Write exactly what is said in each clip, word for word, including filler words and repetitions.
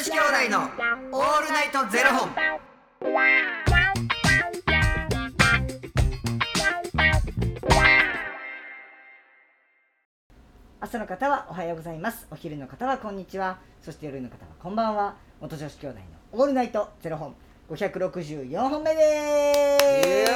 子兄弟のオールナイトゼロ本。 朝の方はおはようございます。お昼の方はこんにちは。そして夜の方はこんばんは。元女子兄弟のオールナイトゼロ本ごひゃくろくじゅうよんほんめです。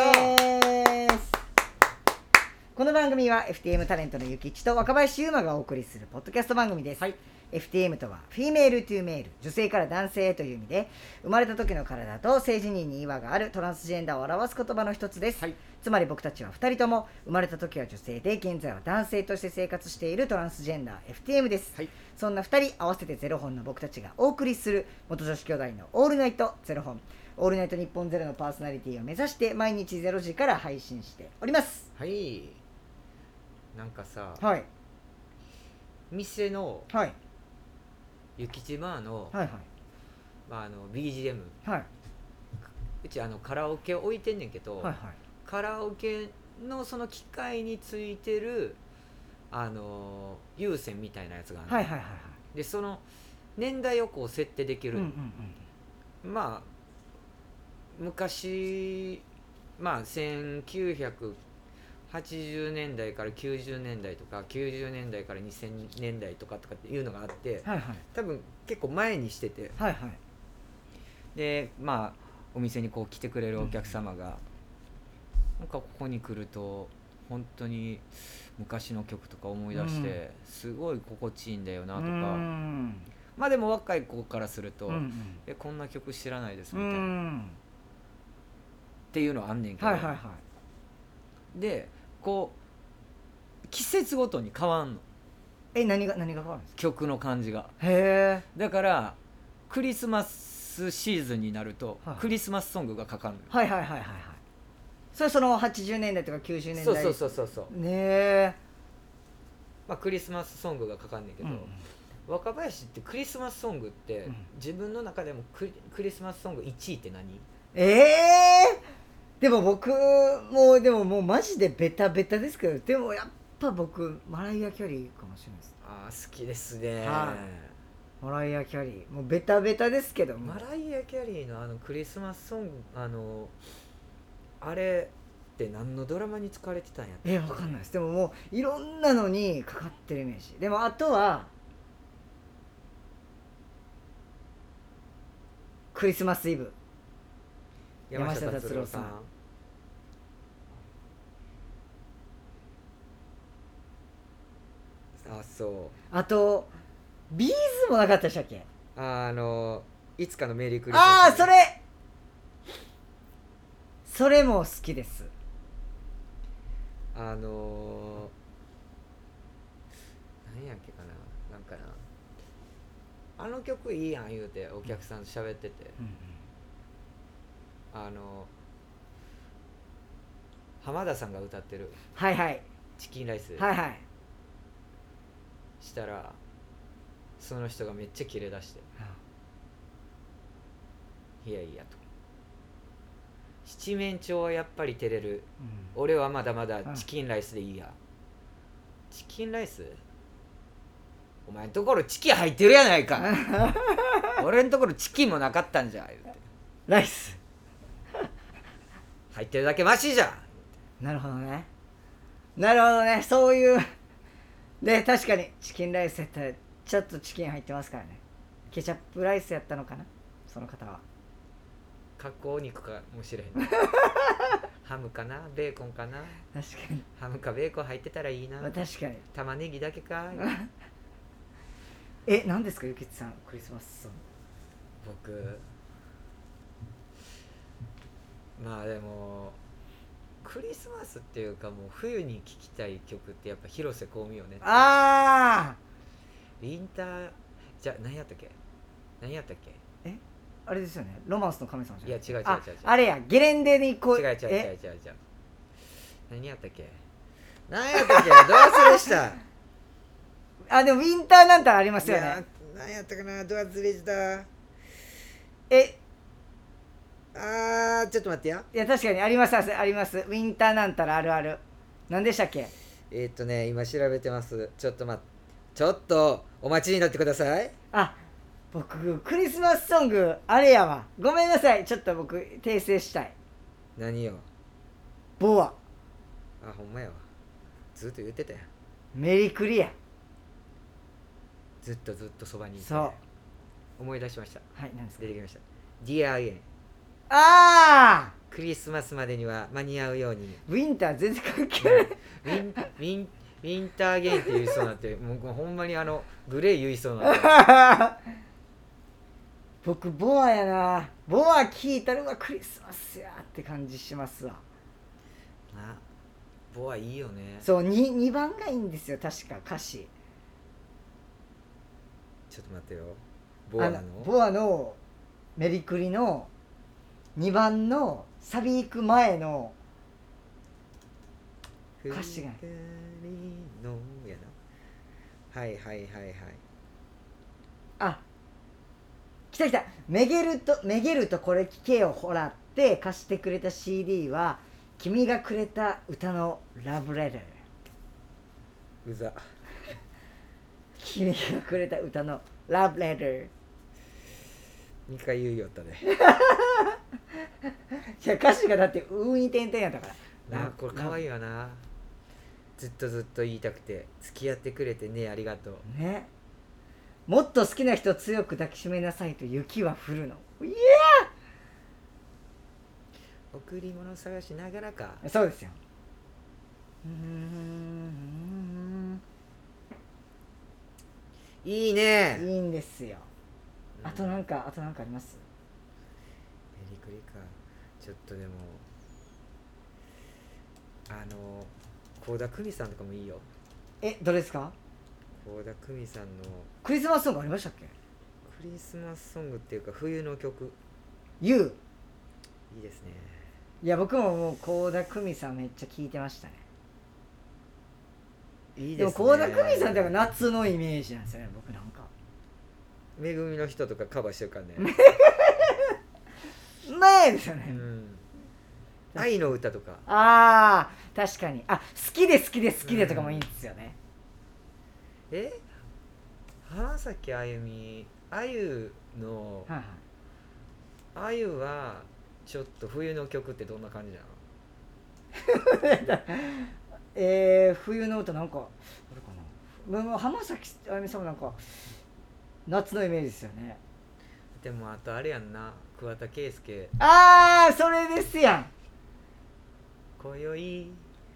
この番組は エフティーエム タレントのゆきちと若林優馬がお送りするポッドキャスト番組です、はい、エフティーエム とはフィメールトゥーメール、女性から男性へという意味で、生まれた時の体と性自認に違和があるトランスジェンダーを表す言葉の一つです、はい、つまり僕たちはふたりとも生まれた時は女性で現在は男性として生活しているトランスジェンダー エフティーエム です、はい、そんなふたり合わせてゼロ本の僕たちがお送りする元女子兄弟のオールナイトゼロ本、オールナイト日本ゼロのパーソナリティを目指して毎日ゼロ時から配信しております。 はい、なんかさ、 はい、 店の、 はい、 ゆきちバーの、 はいはい、 まあ、あの ビージーエム、 はい、 うちあのカラオケ置いてんねんけど、 はいはい、 カラオケのその機械についてるあの有線みたいなやつがある、 はいはいはいはい、 でその年代をこう設定できる、うんうんうん、まあ昔、まあせんきゅうひゃくはちじゅうねんだいからきゅうじゅうねんだいとかきゅうじゅうねんだいからにせんねんだいとかとかっていうのがあって、はいはい、多分結構前にしてて、はいはい、でまあお店にこう来てくれるお客様が、うん、なんかここに来ると本当に昔の曲とか思い出して、うん、すごい心地いいんだよなとか、うん、まあでも若い子からすると、うんうん、えこんな曲知らないですみたいな、うん、っていうのはあんねんけど、はいはいはい、でこう季節ごとに変わんの。 え何が何が変わるんですか？ 曲の感じが。 へえ。 だからクリスマスシーズンになると、はい、クリスマスソングがかかるのよ。 はいはいはいはいはい。それそのはちじゅうねんだいとかきゅうじゅうねんだい。 そうそうそうそう。 ねえ。 まあクリスマスソングがかかんねんけど、うん、若林ってクリスマスソングって、うん、自分の中でもクリ、クリスマスソングいちいって何？ ええー。でも僕もうでももうマジでベタベタですけど、でもやっぱ僕マライア・キャリーかもしれないです。 ああ好きですね、 はい、マライア・キャリーもうベタベタですけども、 マライア・キャリーのあのクリスマスソング、あのあれって何のドラマに使われてたんやったっけ？ えわかんないです。でももういろんなのにかかってるイメージ。でもあとはクリスマスイブ、山下達郎さん。 あそうあとビーズもなかったでしたっけ？ ああのいつかのメリークリスマス、ね、 ああそれそれも好きです。 あの何やっけかな、なんかな、あの曲いいやん言うてお客さんと喋ってて、うんうん、あの浜田さんが歌ってるはいはいチキンライス、 はいはい、 したらその人がめっちゃキレ出して、うん、いやいやと、七面鳥はやっぱり照れる、うん、俺はまだまだチキンライスでいいや、うん、チキンライスお前んところチキン入ってるやないか俺んところチキンもなかったんじゃ言うて、 ライス入ってるだけマシじゃ。 なるほどねなるほどね、そういうで確かにチキンライスやったらちょっとチキン入ってますからね。ケチャップライスやったのかなその方は。 加工肉かもしれへんハムかなベーコンかな。 確かにハムかベーコン入ってたらいいな、まあ、 確かに玉ねぎだけかえ何ですかゆきつさんクリスマスソング？僕まあでもクリスマスっていうかもう冬に聴きたい曲ってやっぱ広瀬香美よね。 ああウィンターじゃ何やったっけ何やったっけえあれですよね、ロマンスの神様じゃん。 いや違う違う違う違う、 あ, あれやゲレンデにこう違う違う違う違う違う何やったっけ何やったっけどう忘れしたあでもウィンターなんたらありますよね。 いや何やったかなど忘れしたえあーちょっと待ってや。 いや確かにありますあります。ウィンターなんたらあるある。何でしたっけ？ えー、っとね今調べてます。ちょっと待ってちょっとお待ちになってください。 あ僕クリスマスソングあれやわ、ごめんなさい、ちょっと僕訂正したい。 何よ。 ボア。 あ、ほんまやわ。ずっと言ってたやん。 メリクリや。 ずっとずっとそばにいて。 そう思い出しました。 はい、何ですか。 出てきました。 Dear Ian、 ああクリスマスまでには間に合うように。 ウィンター全然関係ないウィンウィンウィンターゲインって言いそうになってもうほんまにあのグレー言いそうになって僕ボアやな。ボア聞いたらうわクリスマスやって感じしますわ。 な、ボアいいよね。 そう 2, にばんがいいんですよ確か歌詞。 ちょっと待ってよ。ボアのボアのメリクリのにばんのサビ行く前の歌詞がのやな。はいはいはいはい。 あ、来た来た。めげるとめげるとこれ聞けよほらって貸してくれた シーディー は君がくれた歌のラブレター。 うざ。 君がくれた歌のラブレター。 にかい言うよったで。 いや歌詞がだってうーに点々やったからなあ、これかわいいわな。ずっとずっと言いたくて付き合ってくれてね、ありがとうね。もっと好きな人を強く抱きしめなさいと雪は降るの。いや贈り物探しながらか。 そうですよ。うーん、 いいね。 いいんですよ。あとなんかあとなんかあります？ メリクリか。ちょっとでもあの倖田來未さんとかもいいよ。 え、どれですか？ 倖田來未さんのクリスマスソングありましたっけ？ クリスマスソングっていうか冬の曲。 You。 いいですね。 いや僕ももう倖田來未さんめっちゃ聞いてましたね。 いいですね。 でも倖田來未さんって夏のイメージなんですよね、僕なんか。 めぐみの人とかカバーしてるからね。 前ですよね、 うん、愛の歌とか。 ああ確かに。あ、好きで好きで好きでとかもいいんですよね、 うん、え浜崎あゆみ、あゆの、 はいはい、 あゆはちょっと冬の曲ってどんな感じなの？ えー、冬の歌なんかあるかな。もう浜崎あゆみさんもなんか夏のイメージですよね。 でもあとあれやんな、桑田佳祐。 ああそれですやん。 今宵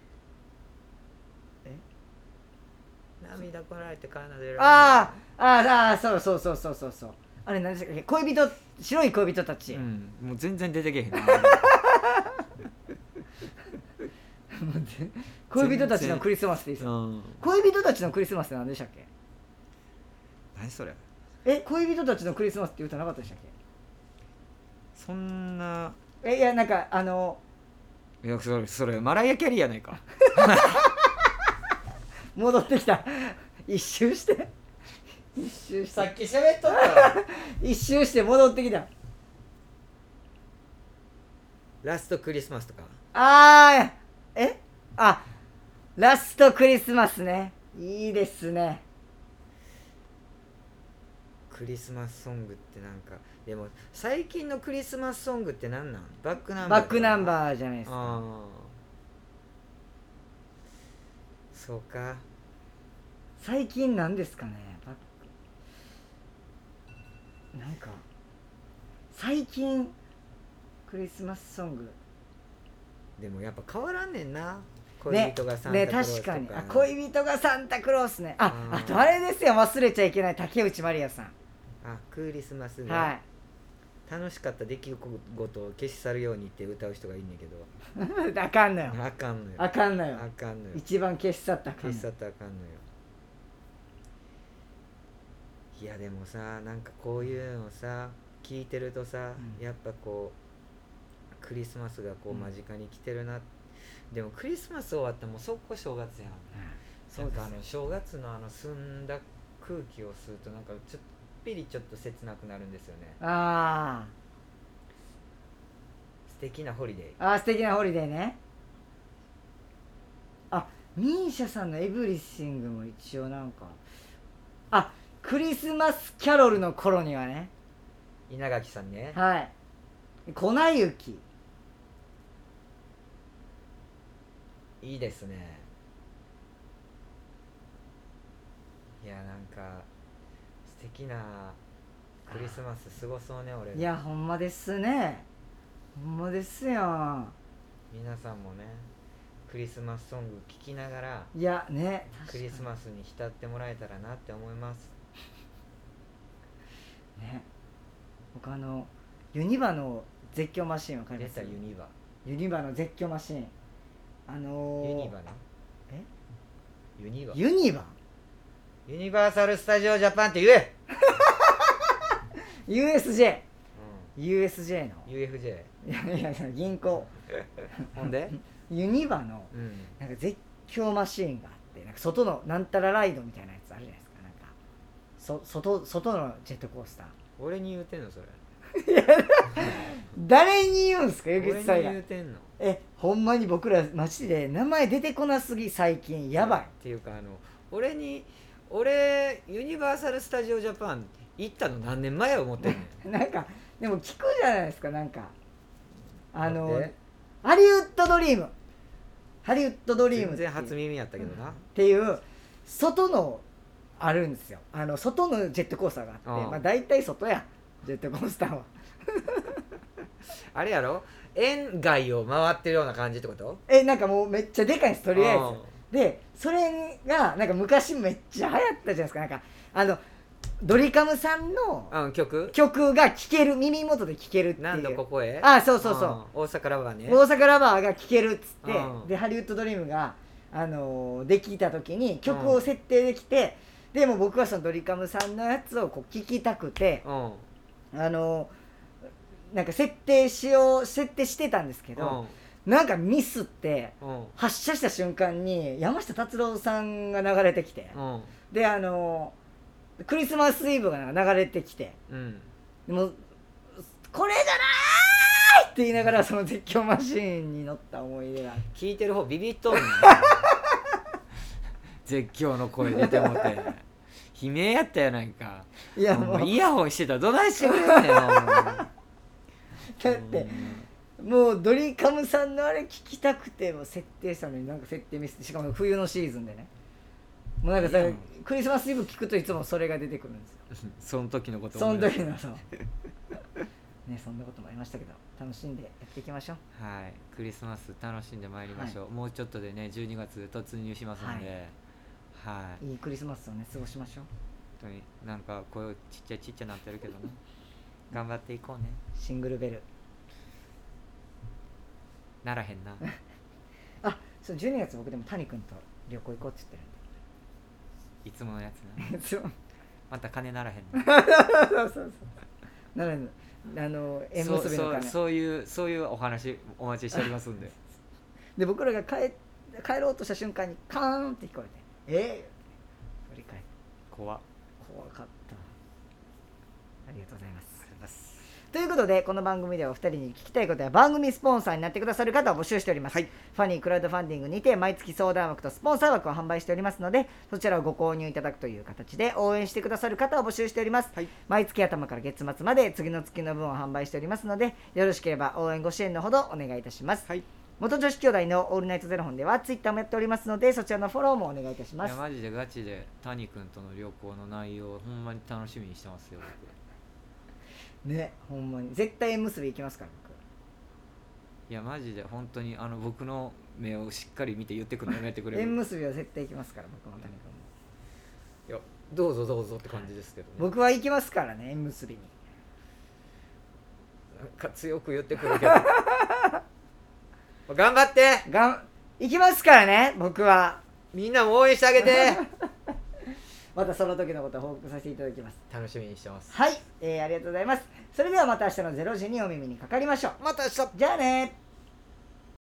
え涙こられて奏でる。 あーあーそうそうそうそうそうそう。あれ何でしたっけ？恋人、白い恋人たち、 うん、もう全然出てけへん。 恋人たちのクリスマスでいいですか？恋人たちのクリスマスって何でしたっけ？ 何それ？ え、恋人たちのクリスマスって歌なかったでしたっけ？ そんな。 え、いやなんかあのいやそれそれマライア・キャリーやないか。 戻ってきた。一周して一周してさっき喋っとった一周して戻ってきた。 ラストクリスマスとか。 あーえあラストクリスマスね、いいですね。 クリスマスソングってなんかでも最近のクリスマスソングって何なん？バックナンバー。 バックナンバーじゃないですか。 ああそうか。 最近なんですかね。バックなんか最近クリスマスソングでもやっぱ変わらんねんな。恋人がサンタねクロースとか、 ね、確かに。あ、恋人がサンタクロースね。あ、 ああとあれですよ、忘れちゃいけない竹内まりやさん。 あ、クリスマスね、 はい、 楽しかった出来事を消し去るようにって歌う人がいいんだけどあかんのよあかんのよあかんのよあかんのよ一番消し去ったらあかんのよ。 消し去ったらあかんのよ。いやでもさ、なんかこういうのさ聞いてるとさ、うん、やっぱこうクリスマスがこう間近に来てるな、うん、でもクリスマス終わったらもうそこ正月やん、うん、そうか。あの正月のあの澄んだ空気を吸うとなんかちょっぴりちょっと切なくなるんですよね。 ああ素敵なホリデー。 ああ素敵なホリデーね。あ、ミーシャさんのエブリシングも一応なんか、あ、 クリスマスキャロルの頃にはね、 稲垣さんね。 はい粉雪いいですね。いやなんか素敵なクリスマス過ごそうね俺。 いやほんまですね、ほんまですよ。 皆さんもねクリスマスソング聴きながらいやねクリスマスに浸ってもらえたらなって思いますね。僕あのユニバの絶叫マシーンわかります？ 出たユニバ。 ユニバの絶叫マシーン、あのー、 ユニバね。 えユニバユニバユニバーサル・スタジオ・ジャパンって言えユーエスジェー、 うん、 ユーエスジェー のユーエフジェーいやいやいや銀行ほんでユニバのうんなんか絶叫マシーンがあって、なんか外のなんたらライドみたいなやつあるじゃないですか。なんかそ外外のジェットコースター。 俺に言うてんのそれ誰に言うんすかゆき俺につさんが。 言うてんのっえほんまに僕らマジで名前出てこなすぎ最近やばい。 ていうかあの俺に俺ユニバーサル・スタジオ・ジャパン行ったの何年前思ってんねんなんかでも聞くじゃないですか。なんかあの待ってハリウッドドリームハリウッドドリームっていう全然初耳やったけどな、 っていう外のあるんですよ。あの外のジェットコースターがあって、 うんまあ大体外やジェットコースターはあれやろ園外を回ってるような感じってこと？ えなんかもうめっちゃでかいんですとりあえうんず。でそれがなんか昔めっちゃ流行ったじゃないですか。なんかあのドリカムさんのうん曲曲が聴ける、耳元で聴けるっていう。 何度ここへあそうそうそう、 ん大阪ラバーね。 大阪ラバーが聴けるっつって、 うんでハリウッドドリームが、あのーできた時に曲を設定できて、うん、でも僕はそのドリカムさんのやつをこう聴きたくて、 うんあのーなんか設定しよう設定してたんですけど、うん、なんかミスって発射した瞬間に山下達郎さんが流れてきて、うん、であのークリスマスイブが流れてきて、うん、でもこれじゃないって言いながらその絶叫マシーンに乗った思い出が。 聞いてる方ビビっとんねん絶叫の声出てもて悲鳴やったやないか。いやもうイヤホンしてたらどないしてくれんねんだってもうドリカムさんのあれ聞きたくても設定したのになんか設定ミスって、しかも冬のシーズンでね、もうなんかさクリスマスイブ聞くといつもそれが出てくるんですよその時のことその時のそうね、そんなこともありましたけど楽しんでやっていきましょう。 はいクリスマス楽しんでまいりましょう、はい、もうちょっとでねじゅうにがつ突入しますので、はい、はい、 いいクリスマスをね過ごしましょう。 本当になんか声ちっちゃいちっちゃなってるけどね頑張っていこうね。 シングルベルならへんなあそうじゅうにがつ僕でも谷君と旅行行こうって言ってるんでいつものやつなまた金ならへんのそうそうそうならへんのあの縁結びの金そ, そ, そういうそういうお話お待ちしておりますんでで僕らが帰帰ろうとした瞬間にカーンって聞こえてえー、振り返って怖怖かった。ありがとうございます。ということでこの番組ではお二人に聞きたいことや番組スポンサーになってくださる方を募集しております、はい、ファニークラウドファンディングにて毎月相談枠とスポンサー枠を販売しておりますのでそちらをご購入いただくという形で応援してくださる方を募集しております、はい、毎月頭から月末まで次の月の分を販売しておりますのでよろしければ応援ご支援のほどお願いいたします、はい、元女子兄弟のオールナイトゼロ本ではツイッターもやっておりますのでそちらのフォローもお願いいたします。 いやマジでガチで谷君との旅行の内容をほんまに楽しみにしてますよね、ほんまに絶対縁結び行きますから僕。 いやマジで本当にあの僕の目をしっかり見て言ってくるのやめてくれる縁結びは絶対行きますから僕も谷君も。 いやどうぞどうぞって感じですけどね、 僕は行きますからね縁結びに。 なんか強く言ってくるけど頑張ってがん行きますからね僕は。 みんなも応援してあげてまたその時のことを報告させていただきます。 楽しみにしてます。 はい、えー、ありがとうございます。それではまた明日のゼロ時にお耳にかかりましょう。 また明日。 じゃあね。